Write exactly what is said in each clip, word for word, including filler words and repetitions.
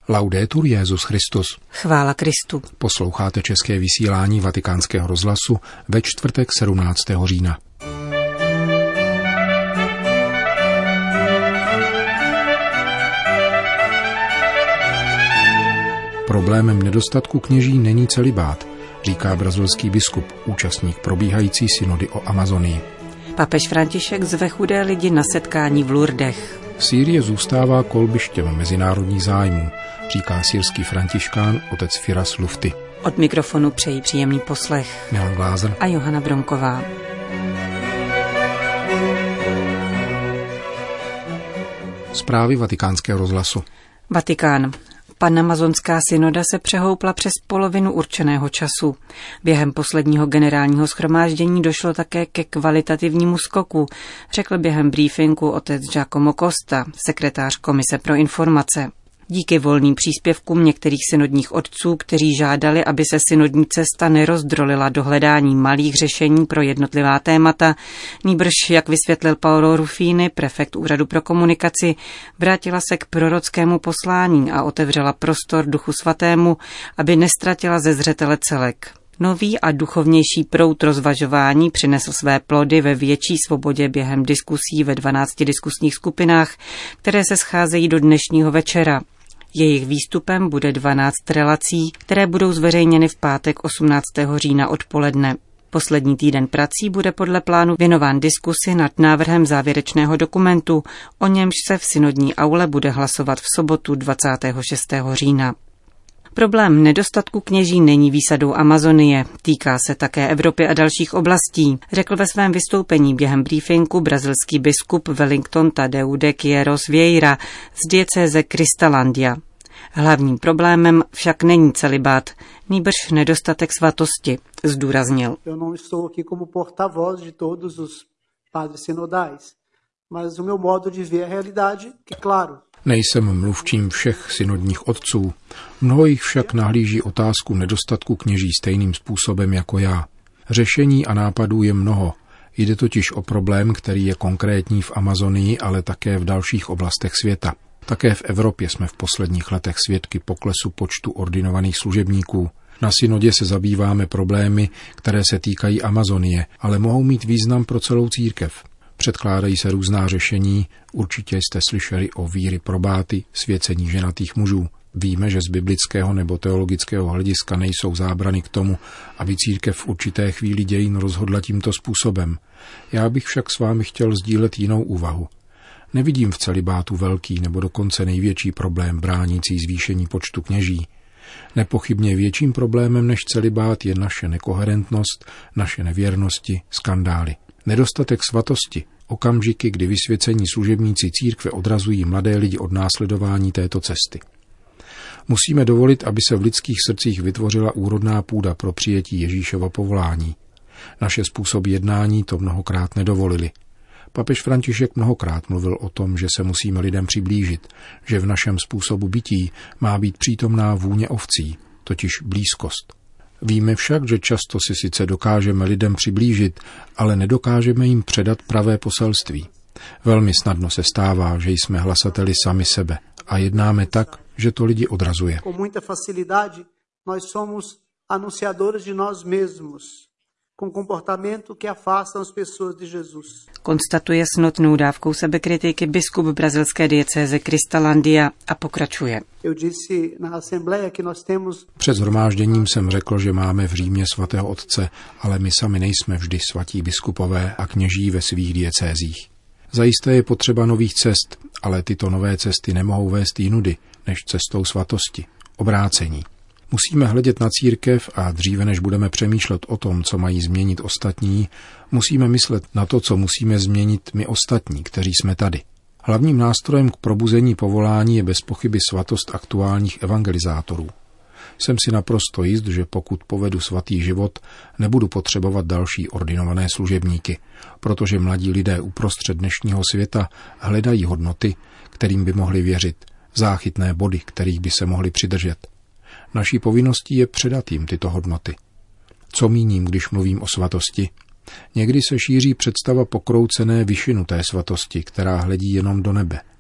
Laudetur Jesus Christus. Chvála Kristu. Posloucháte české vysílání Vatikánského rozhlasu ve čtvrtek sedmnáctého října. Problémem nedostatku kněží není celibát, říká brazilský biskup, účastník probíhající synody o Amazonii. Papež František zve chudé lidi na setkání v Lourdech. Sýrie zůstává kolbištěm mezinárodních zájmů, říká syrský františkán otec Firas Lufty. Od mikrofonu přejí příjemný poslech Milan Glázer a Johana Bronková. Zprávy Vatikánského rozhlasu. Vatikán. Panamazonská synoda se přehoupla přes polovinu určeného času. Během posledního generálního shromáždění došlo také ke kvalitativnímu skoku, řekl během briefingu otec Giacomo Costa, sekretář Komise pro informace. Díky volným příspěvkům některých synodních otců, kteří žádali, aby se synodní cesta nerozdrolila do hledání malých řešení pro jednotlivá témata, nýbrž, jak vysvětlil Paolo Ruffini, prefekt Úřadu pro komunikaci, vrátila se k prorockému poslání a otevřela prostor Duchu Svatému, aby nestratila ze zřetele celek. Nový a duchovnější proud rozvažování přinesl své plody ve větší svobodě během diskusí ve dvanácti diskusních skupinách, které se scházejí do dnešního večera. Jejich výstupem bude dvanáct relací, které budou zveřejněny v pátek osmnáctého října odpoledne. Poslední týden prací bude podle plánu věnován diskusi nad návrhem závěrečného dokumentu, o němž se v synodní aule bude hlasovat v sobotu dvacátého šestého října. Problém nedostatku kněží není výsadou Amazonie, týká se také Evropy a dalších oblastí, řekl ve svém vystoupení během briefingu brazilský biskup Wellington Tadeu de Queiroz Vieira z diecéze Cristalândia. Hlavním problémem však není celibát, nýbrž nedostatek svatosti, zdůraznil. Eu não estou aqui como porta-voz de todos os padres sinodais, mas o meu modo de ver a realidade, que claro. Nejsem mluvčím všech synodních otců, mnoho jich však nahlíží otázku nedostatku kněží stejným způsobem jako já. Řešení a nápadů je mnoho, jde totiž o problém, který je konkrétní v Amazonii, ale také v dalších oblastech světa. Také v Evropě jsme v posledních letech svědky poklesu počtu ordinovaných služebníků. Na synodě se zabýváme problémy, které se týkají Amazonie, ale mohou mít význam pro celou církev. Předkládají se různá řešení, určitě jste slyšeli o víry probáty, svěcení ženatých mužů. Víme, že z biblického nebo teologického hlediska nejsou zábrany k tomu, aby církev v určité chvíli dějin rozhodla tímto způsobem. Já bych však s vámi chtěl sdílet jinou úvahu. Nevidím v celibátu velký nebo dokonce největší problém bránící zvýšení počtu kněží. Nepochybně větším problémem než celibát je naše nekoherentnost, naše nevěrnosti, skandály. Nedostatek svatosti, okamžiky, kdy vysvěcení služebníci církve odrazují mladé lidi od následování této cesty. Musíme dovolit, aby se v lidských srdcích vytvořila úrodná půda pro přijetí Ježíšova povolání. Naše způsoby jednání to mnohokrát nedovolili. Papež František mnohokrát mluvil o tom, že se musíme lidem přiblížit, že v našem způsobu bytí má být přítomná vůně ovcí, totiž blízkost. Víme však, že často si sice dokážeme lidem přiblížit, ale nedokážeme jim předat pravé poselství. Velmi snadno se stává, že jsme hlasateli sami sebe a jednáme tak, že to lidi odrazuje. Com muita facilidade, nós somos anunciadores de nós mesmos, com comportamento que afastam as pessoas de Jesus. Konstatuje s notnou dávkou sebekritiky biskup brazilské diecéze Cristalândia a pokračuje. Eu disse na assembleia que nós temos. Před shromážděním jsem řekl, že máme v Římě svatého otce, ale my sami nejsme vždy svatí biskupové a kněží ve svých diecézích. Zajisté je potřeba nových cest, ale tyto nové cesty nemohou vést jinudy než cestou svatosti, obrácení. Musíme hledět na církev a dříve než budeme přemýšlet o tom, co mají změnit ostatní, musíme myslet na to, co musíme změnit my ostatní, kteří jsme tady. Hlavním nástrojem k probuzení povolání je bez pochyby svatost aktuálních evangelizátorů. Jsem si naprosto jist, že pokud povedu svatý život, nebudu potřebovat další ordinované služebníky, protože mladí lidé uprostřed dnešního světa hledají hodnoty, kterým by mohli věřit, záchytné body, kterých by se mohli přidržet. Naší povinností je předat jim tyto hodnoty. Co míním, když mluvím o svatosti? Někdy se šíří představa pokroucené vyšinuté svatosti, která hledí jenom do nebe.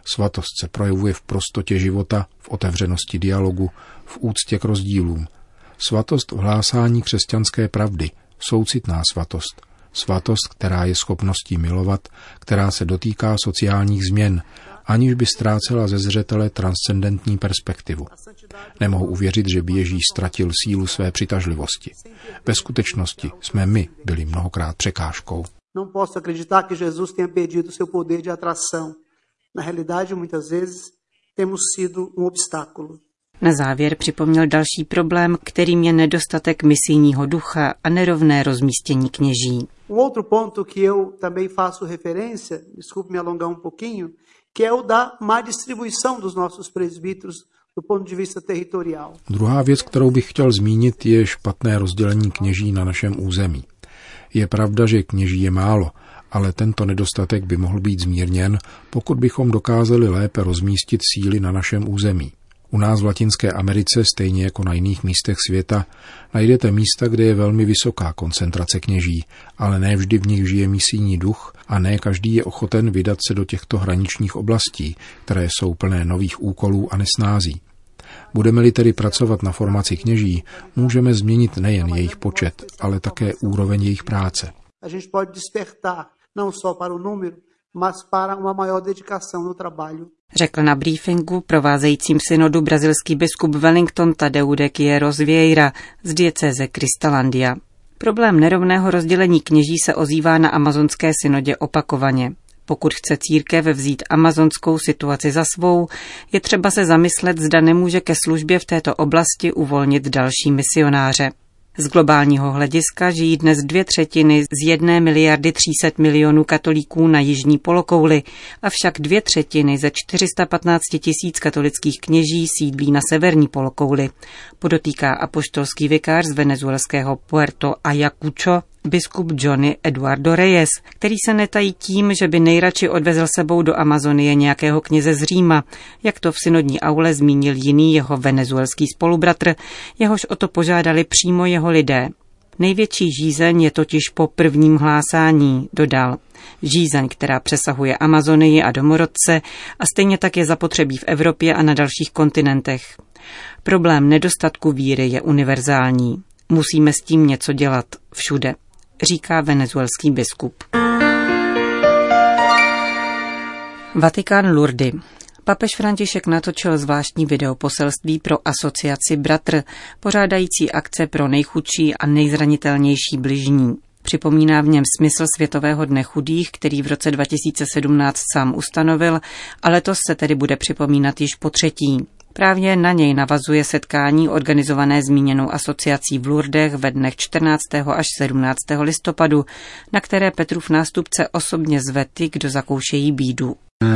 Svatost se projevuje v prostotě života, v otevřenosti dialogu, v úctě k rozdílům. Svatost v hlásání křesťanské pravdy, soucitná svatost. Svatost, která je schopností milovat, která se dotýká sociálních změn, aniž by ztrácela ze zřetele transcendentní perspektivu. Nemohu uvěřit, že by Ježíš ztratil sílu své přitažlivosti. Ve skutečnosti jsme my byli mnohokrát překážkou. Não posso acreditar que Jesus tenha perdido seu poder de atração. Na realidade, muitas vezes, temos sido um obstáculo. Na závěr připomněl další problém, kterým je nedostatek misijního ducha a nerovné rozmístění kněží. Um outro ponto que eu também faço referência, desculpe me alongar um pouquinho, que é o da má distribuição dos nossos presbíteros do ponto de vista territorial. Druhá věc, kterou bych chtěl zmínit, je špatné rozdělení kněží na našem území. Je pravda, že kněží je málo, ale tento nedostatek by mohl být zmírněn, pokud bychom dokázali lépe rozmístit síly na našem území. U nás v Latinské Americe, stejně jako na jiných místech světa, najdete místa, kde je velmi vysoká koncentrace kněží, ale ne vždy v nich žije misijní duch a ne každý je ochoten vydat se do těchto hraničních oblastí, které jsou plné nových úkolů a nesnází. Budeme-li tedy pracovat na formaci kněží, můžeme změnit nejen jejich počet, ale také úroveň jejich práce. A gente pode despertar não só para o número, mas para uma maior dedicação no trabalho. Řekl na briefingu provázejícím synodu brazilský biskup Wellington Tadeu de Queiroz Vieira z diecéze Cristalândia. Problém nerovného rozdělení kněží se ozývá na amazonské synodě opakovaně. Pokud chce církev vzít amazonskou situaci za svou, je třeba se zamyslet, zda nemůže ke službě v této oblasti uvolnit další misionáře. Z globálního hlediska žijí dnes dvě třetiny z jedné miliardy tři sta milionů katolíků na jižní polokouli, avšak dvě třetiny ze čtyři sta patnáct tisíc katolických kněží sídlí na severní polokouli, podotýká apoštolský vikář z venezuelského Puerto Ayacucho, biskup Johnny Eduardo Reyes, který se netají tím, že by nejradši odvezl sebou do Amazonie nějakého kněze z Říma, jak to v synodní aule zmínil jiný jeho venezuelský spolubratr, jehož o to požádali přímo jeho lidé. Největší žízeň je totiž po prvním hlásání, dodal. Žízeň, která přesahuje Amazonii a domorodce a stejně tak je zapotřebí v Evropě a na dalších kontinentech. Problém nedostatku víry je univerzální. Musíme s tím něco dělat všude, říká venezuelský biskup. Vatikán Lourdes. Papež František natočil zvláštní videoposelství pro asociaci Bratr, pořádající akce pro nejchudší a nejzranitelnější bližní. Připomíná v něm smysl Světového dne chudých, který v roce dva tisíce sedmnáct sám ustanovil, a letos se tedy bude připomínat již po třetí. Právě na něj navazuje setkání organizované zmíněnou asociací v Lourdech ve dnech čtrnáctého až sedmnáctého listopadu, na které Petrův nástupce osobně zve ty, kdo zakoušejí bídu.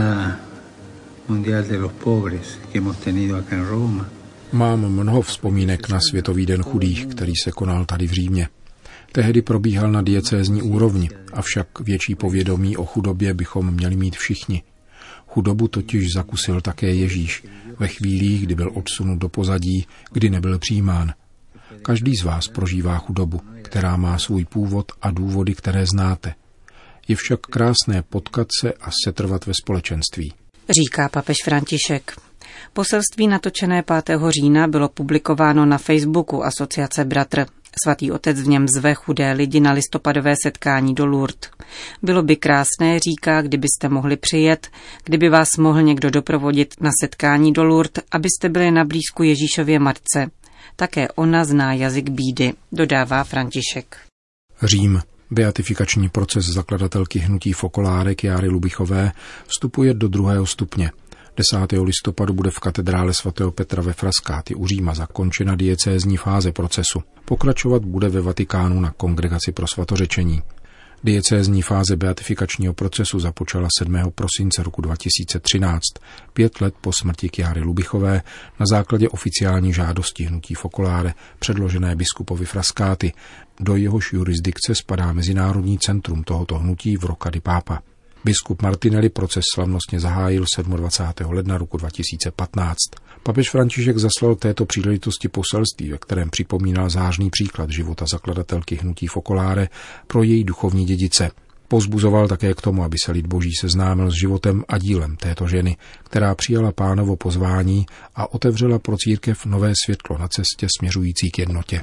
Mám mnoho vzpomínek na Světový den chudých, který se konal tady v Římě. Tehdy probíhal na diecézní úrovni, avšak větší povědomí o chudobě bychom měli mít všichni. Chudobu totiž zakusil také Ježíš ve chvílích, kdy byl odsunut do pozadí, kdy nebyl přijímán. Každý z vás prožívá chudobu, která má svůj původ a důvody, které znáte. Je však krásné potkat se a setrvat ve společenství, říká papež František. Poselství natočené pátého října bylo publikováno na Facebooku asociace Bratr. Svatý otec v něm zve chudé lidi na listopadové setkání do Lourdes. Bylo by krásné, říká, kdybyste mohli přijet, kdyby vás mohl někdo doprovodit na setkání do Lourdes, abyste byli na blízku Ježíšově matce. Také ona zná jazyk bídy, dodává František. Řím. Beatifikační proces zakladatelky hnutí Focolare Chiary Lubichové vstupuje do druhého stupně. desátého listopadu bude v katedrále svatého Petra ve Frascati u Říma zakončena diecézní fáze procesu. Pokračovat bude ve Vatikánu na Kongregaci pro svatořečení. Diecézní fáze beatifikačního procesu započala sedmého prosince roku dva tisíce třináct, pět let po smrti Chiary Lubichové, na základě oficiální žádosti hnutí Focolare předložené biskupovi Frascati. Do jehož jurisdikce spadá Mezinárodní centrum tohoto hnutí v Rocca di Papa. Biskup Martinelli proces slavnostně zahájil dvacátého sedmého ledna roku dva tisíce patnáct. Papež František zaslal k této příležitosti poselství, ve kterém připomínal zářný příklad života zakladatelky hnutí Focolare pro její duchovní dědice. Povzbuzoval také k tomu, aby se lid boží seznámil s životem a dílem této ženy, která přijala Pánovo pozvání a otevřela pro církev nové světlo na cestě směřující k jednotě.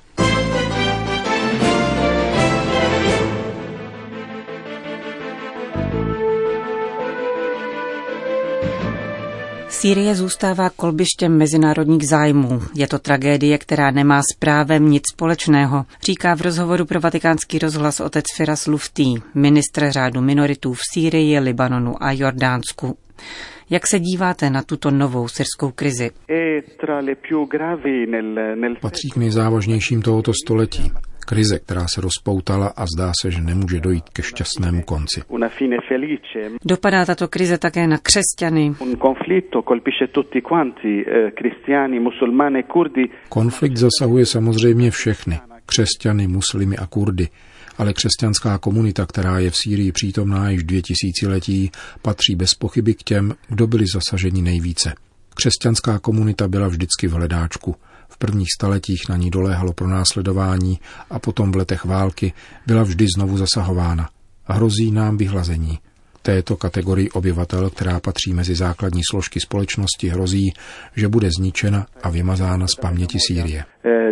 Sýrie zůstává kolbištěm mezinárodních zájmů. Je to tragédie, která nemá s právem nic společného, říká v rozhovoru pro Vatikánský rozhlas otec Firas Luftý, ministr řádu minoritů v Sýrii, Libanonu a Jordánsku. Jak se díváte na tuto novou syrskou krizi? Patří k nejzávažnějším tohoto století. Krize, která se rozpoutala a zdá se, že nemůže dojít ke šťastnému konci. Dopadá tato krize také na křesťany. Konflikt zasahuje samozřejmě všechny, křesťany, muslimy a Kurdy, ale křesťanská komunita, která je v Sýrii přítomná již dvě tisíciletí, patří bez pochyby k těm, kdo byli zasaženi nejvíce. Křesťanská komunita byla vždycky v hledáčku. V prvních staletích na ní doléhalo pronásledování a potom v letech války byla vždy znovu zasahována. Hrozí nám vyhlazení. Této kategorii obyvatel, která patří mezi základní složky společnosti, hrozí, že bude zničena a vymazána z paměti Sýrie.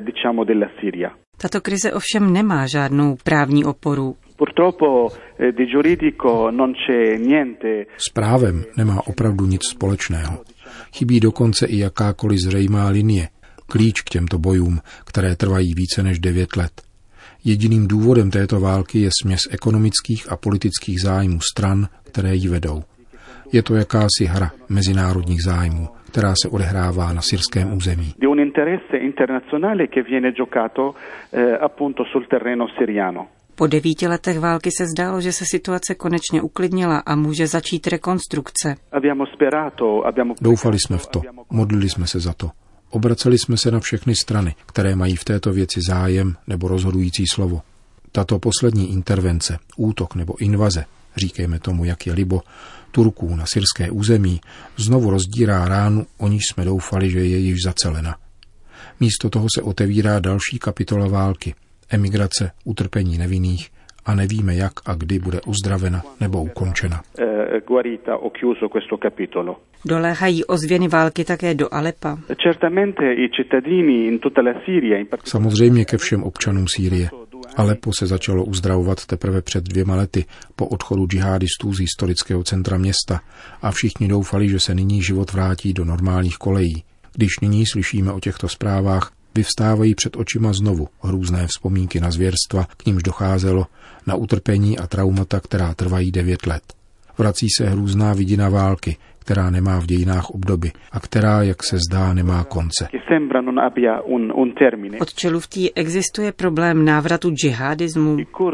Tato krize ovšem nemá žádnou právní oporu. S právem nemá opravdu nic společného. Chybí dokonce i jakákoliv zřejmá linie, klíč k těmto bojům, které trvají více než devět let. Jediným důvodem této války je směs ekonomických a politických zájmů stran, které ji vedou. Je to jakási hra mezinárodních zájmů, která se odehrává na syrském území. Po devíti letech války se zdálo, že se situace konečně uklidnila a může začít rekonstrukce. Doufali jsme v to, modlili jsme se za to. Obraceli jsme se na všechny strany, které mají v této věci zájem nebo rozhodující slovo. Tato poslední intervence, útok nebo invaze, říkejme tomu, jak je libo, Turků na syrské území, znovu rozdírá ránu, o níž jsme doufali, že je již zacelena. Místo toho se otevírá další kapitola války, emigrace, utrpení nevinných, a nevíme, jak a kdy bude uzdravena nebo ukončena. Doléhají ozvěny války také do Alepa. Samozřejmě ke všem občanům Sýrie. Alepo se začalo uzdravovat teprve před dvěma lety po odchodu džihadistů z historického centra města a všichni doufali, že se nyní život vrátí do normálních kolejí. Když nyní slyšíme o těchto zprávách, vyvstávají před očima znovu hrůzné vzpomínky na zvěrstva, k nímž docházelo, na utrpení a traumata, která trvají devět let. Vrací se hrůzná vidina války, která nemá v dějinách obdoby a která, jak se zdá, nemá konce. Od Luftý existuje problém návratu džihadismu.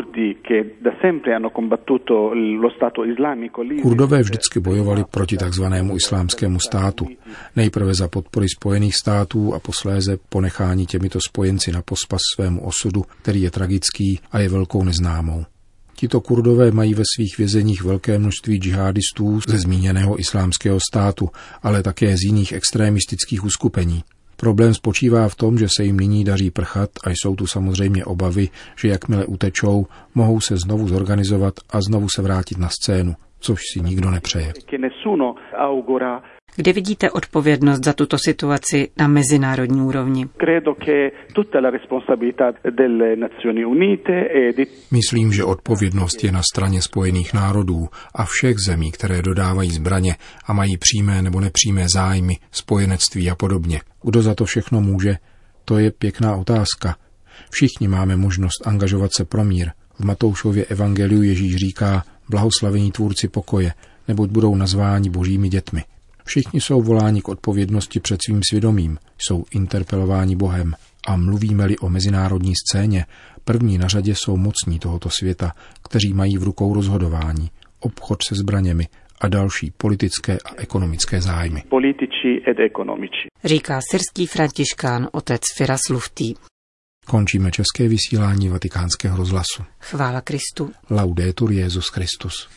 Kurdové vždycky bojovali proti takzvanému islámskému státu. Nejprve za podpory Spojených států a posléze ponechání těmito spojenci na pospas svému osudu, který je tragický a je velkou neznámou. Tito Kurdové mají ve svých vězeních velké množství džihadistů ze zmíněného islámského státu, ale také z jiných extremistických uskupení. Problém spočívá v tom, že se jim nyní daří prchat a jsou tu samozřejmě obavy, že jakmile utečou, mohou se znovu zorganizovat a znovu se vrátit na scénu, což si nikdo nepřeje. Kde vidíte odpovědnost za tuto situaci na mezinárodní úrovni? Myslím, že odpovědnost je na straně Spojených národů a všech zemí, které dodávají zbraně a mají přímé nebo nepřímé zájmy, spojenectví a podobně. Kdo za to všechno může? To je pěkná otázka. Všichni máme možnost angažovat se pro mír. V Matoušově evangeliu Ježíš říká: blahoslavení tvůrci pokoje, neboť budou nazváni božími dětmi. Všichni jsou voláni k odpovědnosti před svým svědomím, jsou interpelováni Bohem a mluvíme-li o mezinárodní scéně, první na řadě jsou mocní tohoto světa, kteří mají v rukou rozhodování, obchod se zbraněmi a další politické a ekonomické zájmy. Říká syrský františkán otec Firas Luftý. Končíme české vysílání Vatikánského rozhlasu. Chvála Kristu. Laudetur Jesus Christus.